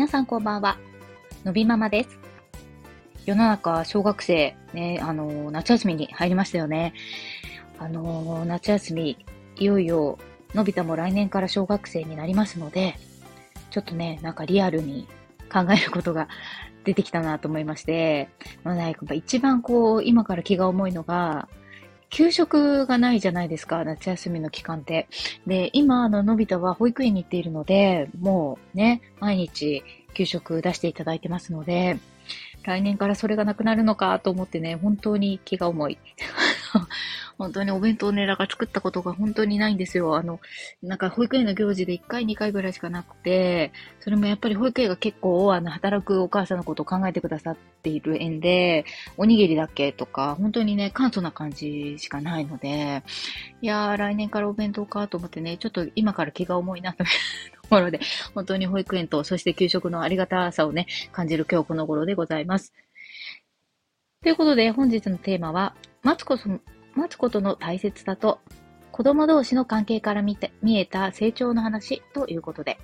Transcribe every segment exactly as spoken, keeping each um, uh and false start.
皆さんこんばんは。のびママです。世の中、小学生、ね、あの、夏休みに入りましたよね。あの、夏休み、いよいよ、のび太も来年から小学生になりますので、ちょっとね、なんかリアルに考えることが出てきたなと思いまして、まあね、やっぱ一番こう、今から気が重いのが、給食がないじゃないですか、夏休みの期間って。で、今、あの、のび太は保育園に行っているので、もうね、毎日給食出していただいてますので、来年からそれがなくなるのかと思ってね、本当に気が重い。本当にお弁当ね、だから作ったことが本当にないんですよ。あの、なんか保育園の行事でいっかい、にかいぐらいしかなくて、それもやっぱり保育園が結構、あの、働くお母さんのことを考えてくださっている縁で、おにぎりだけとか、本当にね、簡素な感じしかないので、いやー、来年からお弁当かと思ってね、ちょっと今から気が重いなというところで、本当に保育園と、そして給食のありがたさをね、感じる今日この頃でございます。ということで、本日のテーマは、待つこと、待つことの大切さと、子供同士の関係から見て、見えた成長の話ということで、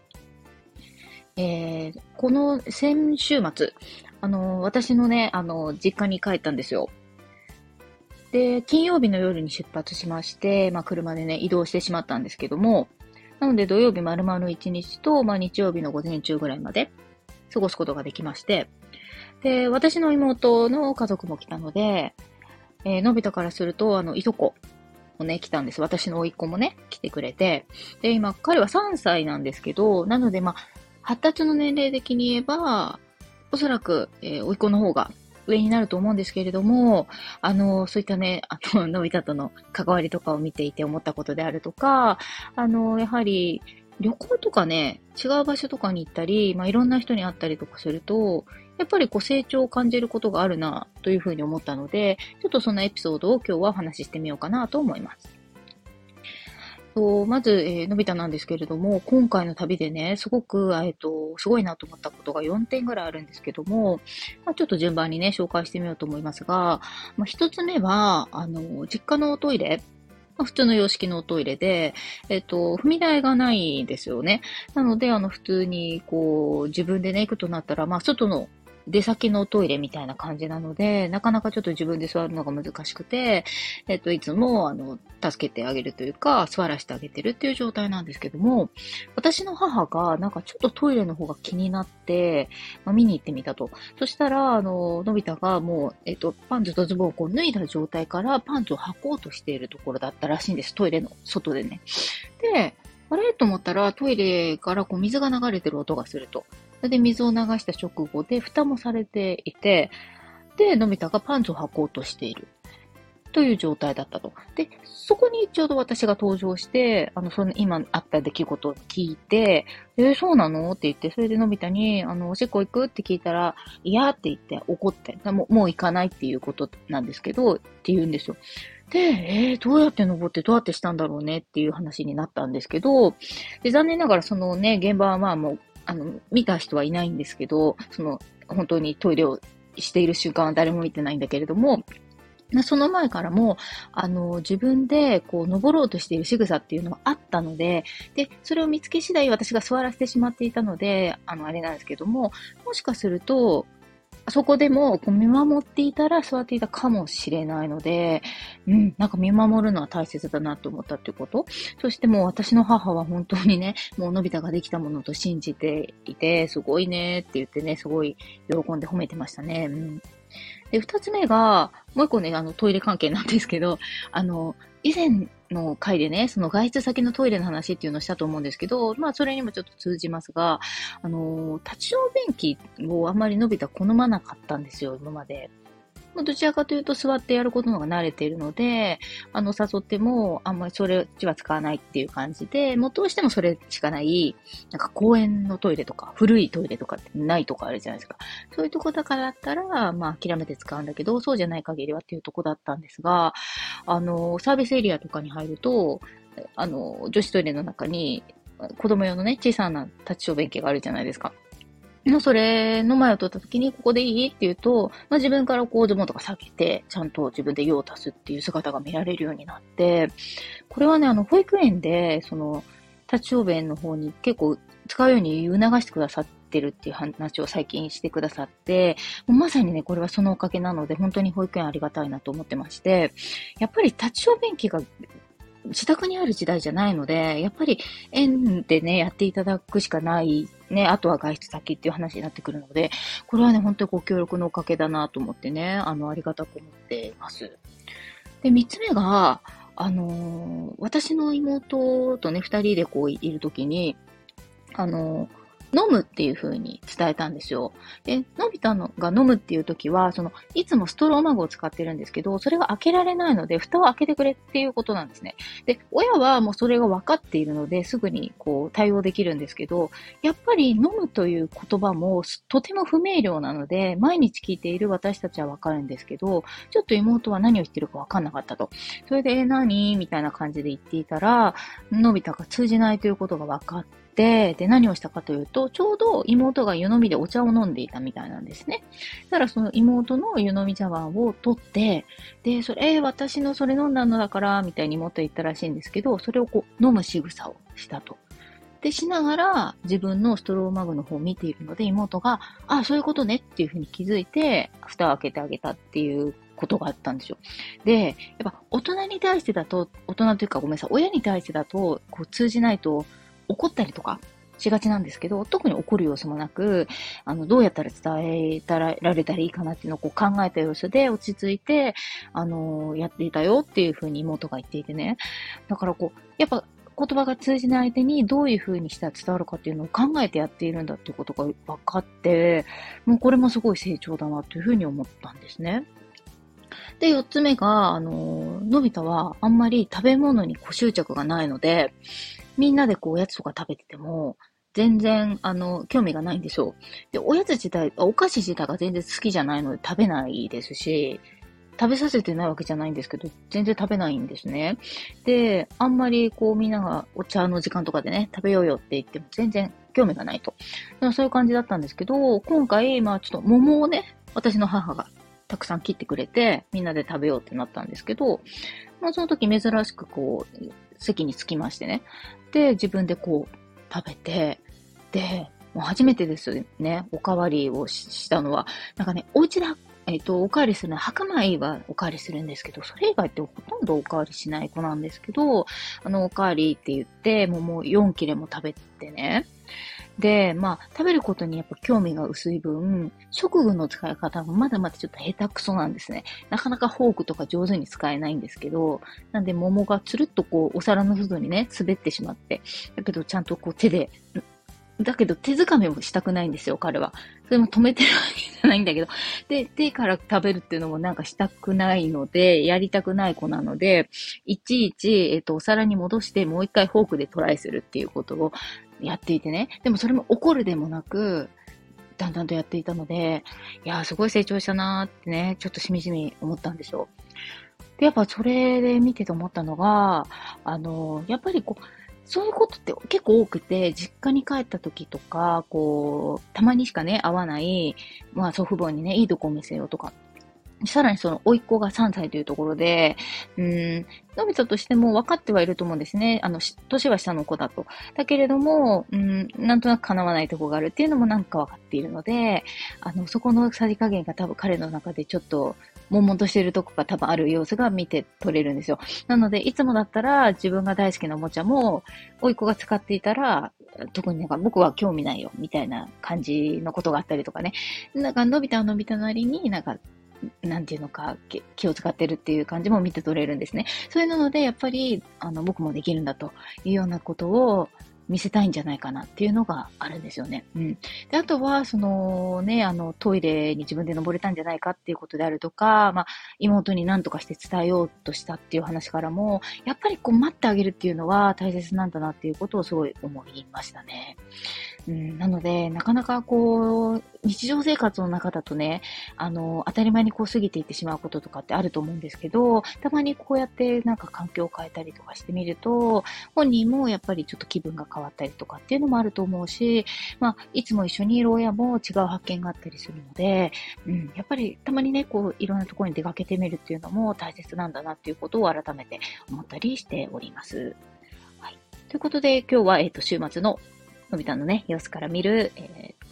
えー、この先週末、あの、私のね、あの、実家に帰ったんですよ。で、金曜日の夜に出発しまして、まあ、車でね、移動してしまったんですけども、なので土曜日丸々いちにちと、まあ、日曜日の午前中ぐらいまで過ごすことができまして、で、私の妹の家族も来たので、えー、のび太からすると、あの、いとこもね、来たんです。私の甥っ子もね、来てくれて。で、今、彼はさんさいなんですけど、なので、まあ、発達の年齢的に言えば、おそらく、えー、甥っ子の方が上になると思うんですけれども、あの、そういったね、あの、のび太との関わりとかを見ていて思ったことであるとか、あの、やはり、旅行とかね、違う場所とかに行ったり、まあ、いろんな人に会ったりとかすると、やっぱりこう成長を感じることがあるな、というふうに思ったので、ちょっとそのエピソードを今日はお話ししてみようかなと思います。とまず、えーのび太なんですけれども、今回の旅でね、すごく、えっと、すごいなと思ったことがよんてんぐらいあるんですけども、まあ、ちょっと順番にね、紹介してみようと思いますが、まあ、一つ目は、あの、実家のおトイレ、まあ普通の洋式のおトイレで、えっと、踏み台がないんですよね。なので、あの、普通に、こう、自分でね、行くとなったら、まあ、外の出先のトイレみたいな感じなので、なかなかちょっと自分で座るのが難しくて、えっと、いつも、あの、助けてあげるというか、座らせてあげてるっていう状態なんですけども、私の母が、なんかちょっとトイレの方が気になって、まあ、見に行ってみたと。そしたら、あの、のび太がもう、えっと、パンツとズボンをこう脱いだ状態からパンツを履こうとしているところだったらしいんです。トイレの外でね。で、あれと思ったら、トイレからこう水が流れてる音がすると。それで水を流した直後で、蓋もされていて、で、のび太がパンツを履こうとしている。という状態だったと。で、そこにちょうど私が登場して、あの、その今あった出来事を聞いて、えー、そうなのって言って、それでのび太に、あの、おしっこ行くって聞いたら、いやって言って怒って、もう、もう行かないっていうことなんですけど、って言うんですよ。で、えー、どうやって登ってどうやってしたんだろうねっていう話になったんですけど、で、残念ながらそのね、現場はまあもう、あの、見た人はいないんですけど、その、本当にトイレをしている瞬間は誰も見てないんだけれども、その前からも、あの、自分で、こう、登ろうとしている仕草っていうのはあったので、で、それを見つけ次第私が座らせてしまっていたので、あの、あれなんですけども、もしかすると、そこでも、こう、見守っていたら座っていたかもしれないので、うん、なんか見守るのは大切だなと思ったっていうこと。そしてもう私の母は本当にね、もうのび太ができたものと信じていて、すごいねって言ってね、すごい喜んで褒めてましたね。うん。で、二つ目が、もう一個ね、あの、トイレ関係なんですけど、あの、以前の回でね、その外出先のトイレの話っていうのをしたと思うんですけど、まあ、それにもちょっと通じますが、あの、立ち小便器をあんまりのび太好まなかったんですよ、今まで。どちらかというと座ってやることの方が慣れているので、あの、誘っても、あんまりそれっちは使わないっていう感じで、もうどうしてもそれしかない、なんか公園のトイレとか、古いトイレとかってないとかあるじゃないですか。そういうとこだからだったら、まあ諦めて使うんだけど、そうじゃない限りはっていうとこだったんですが、あの、サービスエリアとかに入ると、あの、女子トイレの中に、子供用のね、小さな立ち小便器があるじゃないですか。の、それの前を取った時に、ここでいいって言うと、まあ、自分からこうズボンとか下げて、ちゃんと自分で用を足すっていう姿が見られるようになって、これはね、あの、保育園で、その、立ち小便の方に結構使うように促してくださっててるっていう話を最近してくださって、もうまさにね、これはそのおかげなので、本当に保育園ありがたいなと思ってまして、やっぱり立ち小便器が自宅にある時代じゃないので、やっぱり園でね、やっていただくしかないね、あとは外出先っていう話になってくるので、これはね、本当にご協力のおかげだなと思ってね、あの、ありがたく思っています。で、三つ目が、あのー私の妹とね、二人でこういるときに、あのー飲むっていう風に伝えたんですよ。で、のび太のが飲むっていう時は、その、いつもストローマグを使ってるんですけど、それが開けられないので、蓋を開けてくれっていうことなんですね。で、親はもうそれが分かっているので、すぐにこう対応できるんですけど、やっぱり飲むという言葉もとても不明瞭なので、毎日聞いている私たちは分かるんですけど、ちょっと妹は何を言ってるか分かんなかったと。それで、え、何みたいな感じで言っていたら、のび太が通じないということが分かって、で、で、何をしたかというと、ちょうど妹が湯飲みでお茶を飲んでいたみたいなんですね。だからその妹の湯飲み茶碗を取って、で、それ、えー私のそれ飲んだのだから、みたいに妹は言ったらしいんですけど、それをこう、飲む仕草をしたと。で、しながら、自分のストローマグの方を見ているので、妹が、あ、そういうことねっていうふうに気づいて、蓋を開けてあげたっていうことがあったんですよ。で、やっぱ大人に対してだと、大人というかごめんなさい、親に対してだと、こう通じないと、怒ったりとかしがちなんですけど、特に怒る様子もなく、あの、どうやったら伝えたら、られたらいいかなっていうのをこう考えた様子で落ち着いて、あの、やっていたよっていうふうに妹が言っていてね。だからこう、やっぱ言葉が通じない相手にどういうふうにしたら伝わるかっていうのを考えてやっているんだっていうことが分かって、もうこれもすごい成長だなというふうに思ったんですね。で、四つ目が、あの、のび太はあんまり食べ物にこう執着がないので、みんなでこうおやつとか食べてても、全然、あの、興味がないんですよ。で、おやつ自体、お菓子自体が全然好きじゃないので食べないですし、食べさせてないわけじゃないんですけど、全然食べないんですね。で、あんまりこうみんながお茶の時間とかでね、食べようよって言っても全然興味がないと。だからそういう感じだったんですけど、今回、まあちょっと桃をね、私の母がたくさん切ってくれて、みんなで食べようってなったんですけど、まあその時珍しくこう、席に着きましてね。で、自分でこう、食べて、で、もう初めてですね、おかわりをしたのは、なんかね、お家でえっと、おかわりするのは、白米はおかわりするんですけど、それ以外ってほとんどおかわりしない子なんですけど、あの、おかわりって言って、もうもうよん切れも食べてね。で、まあ、食べることにやっぱ興味が薄い分、食具の使い方がまだまだちょっと下手くそなんですね。なかなかフォークとか上手に使えないんですけど、なんで桃がつるっとこう、お皿の外にね、滑ってしまって、だけどちゃんとこう手で、だけど手づかみもしたくないんですよ、彼は。それも止めてるわけじゃないんだけど。で、手から食べるっていうのもなんかしたくないので、やりたくない子なので、いちいち、えっと、お皿に戻してもう一回フォークでトライするっていうことをやっていてね。でもそれも怒るでもなく、だんだんとやっていたので、いやーすごい成長したなーってね、ちょっとしみじみ思ったんですよ。で、やっぱそれで見てて思ったのが、あの、やっぱりこう、そういうことって結構多くて、実家に帰った時とか、こう、たまにしかね、会わない、まあ祖父母にね、いいとこを見せようとか、さらにその、甥っ子がさんさいというところで、うーん、のび太としても分かってはいると思うんですね。あの、し年は下の子だと。だけれども、うん、なんとなく叶わないところがあるっていうのもなんか分かっているので、あの、そこのさじ加減が多分彼の中でちょっと、悶々としているとこが多分ある様子が見て取れるんですよ。なので、いつもだったら自分が大好きなおもちゃも、甥っ子が使っていたら、特になんか僕は興味ないよ、みたいな感じのことがあったりとかね。なんか、のび太はのび太なりになんか、なんていうのか、気を使ってるっていう感じも見て取れるんですね。それなので、やっぱり、あの、僕もできるんだというようなことを見せたいんじゃないかなっていうのがあるんですよね。うん。で、あとは、そのね、あの、トイレに自分で登れたんじゃないかっていうことであるとか、まあ、妹に何とかして伝えようとしたっていう話からも、やっぱりこう、待ってあげるっていうのは大切なんだなっていうことをすごい思いましたね。うん、なので、なかなかこう、日常生活の中だとね、あの、当たり前にこう過ぎていってしまうこととかってあると思うんですけど、たまにこうやってなんか環境を変えたりとかしてみると、本人もやっぱりちょっと気分が変わったりとかっていうのもあると思うし、まあ、いつも一緒にいる親も違う発見があったりするので、うん、やっぱりたまにね、こう、いろんなところに出かけてみるっていうのも大切なんだなっていうことを改めて思ったりしております。はい。ということで、今日は、えっと、週末ののび太のね、様子から見る、えー、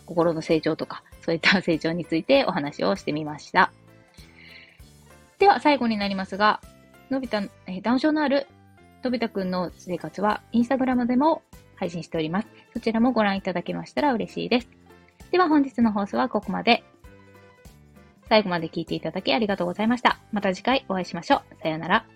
心の成長とか、そういった成長についてお話をしてみました。では、最後になりますが、のび太、えー、ダウン症のあるのび太くんの生活は、インスタグラムでも配信しております。そちらもご覧いただけましたら嬉しいです。では、本日の放送はここまで。最後まで聞いていただきありがとうございました。また次回お会いしましょう。さようなら。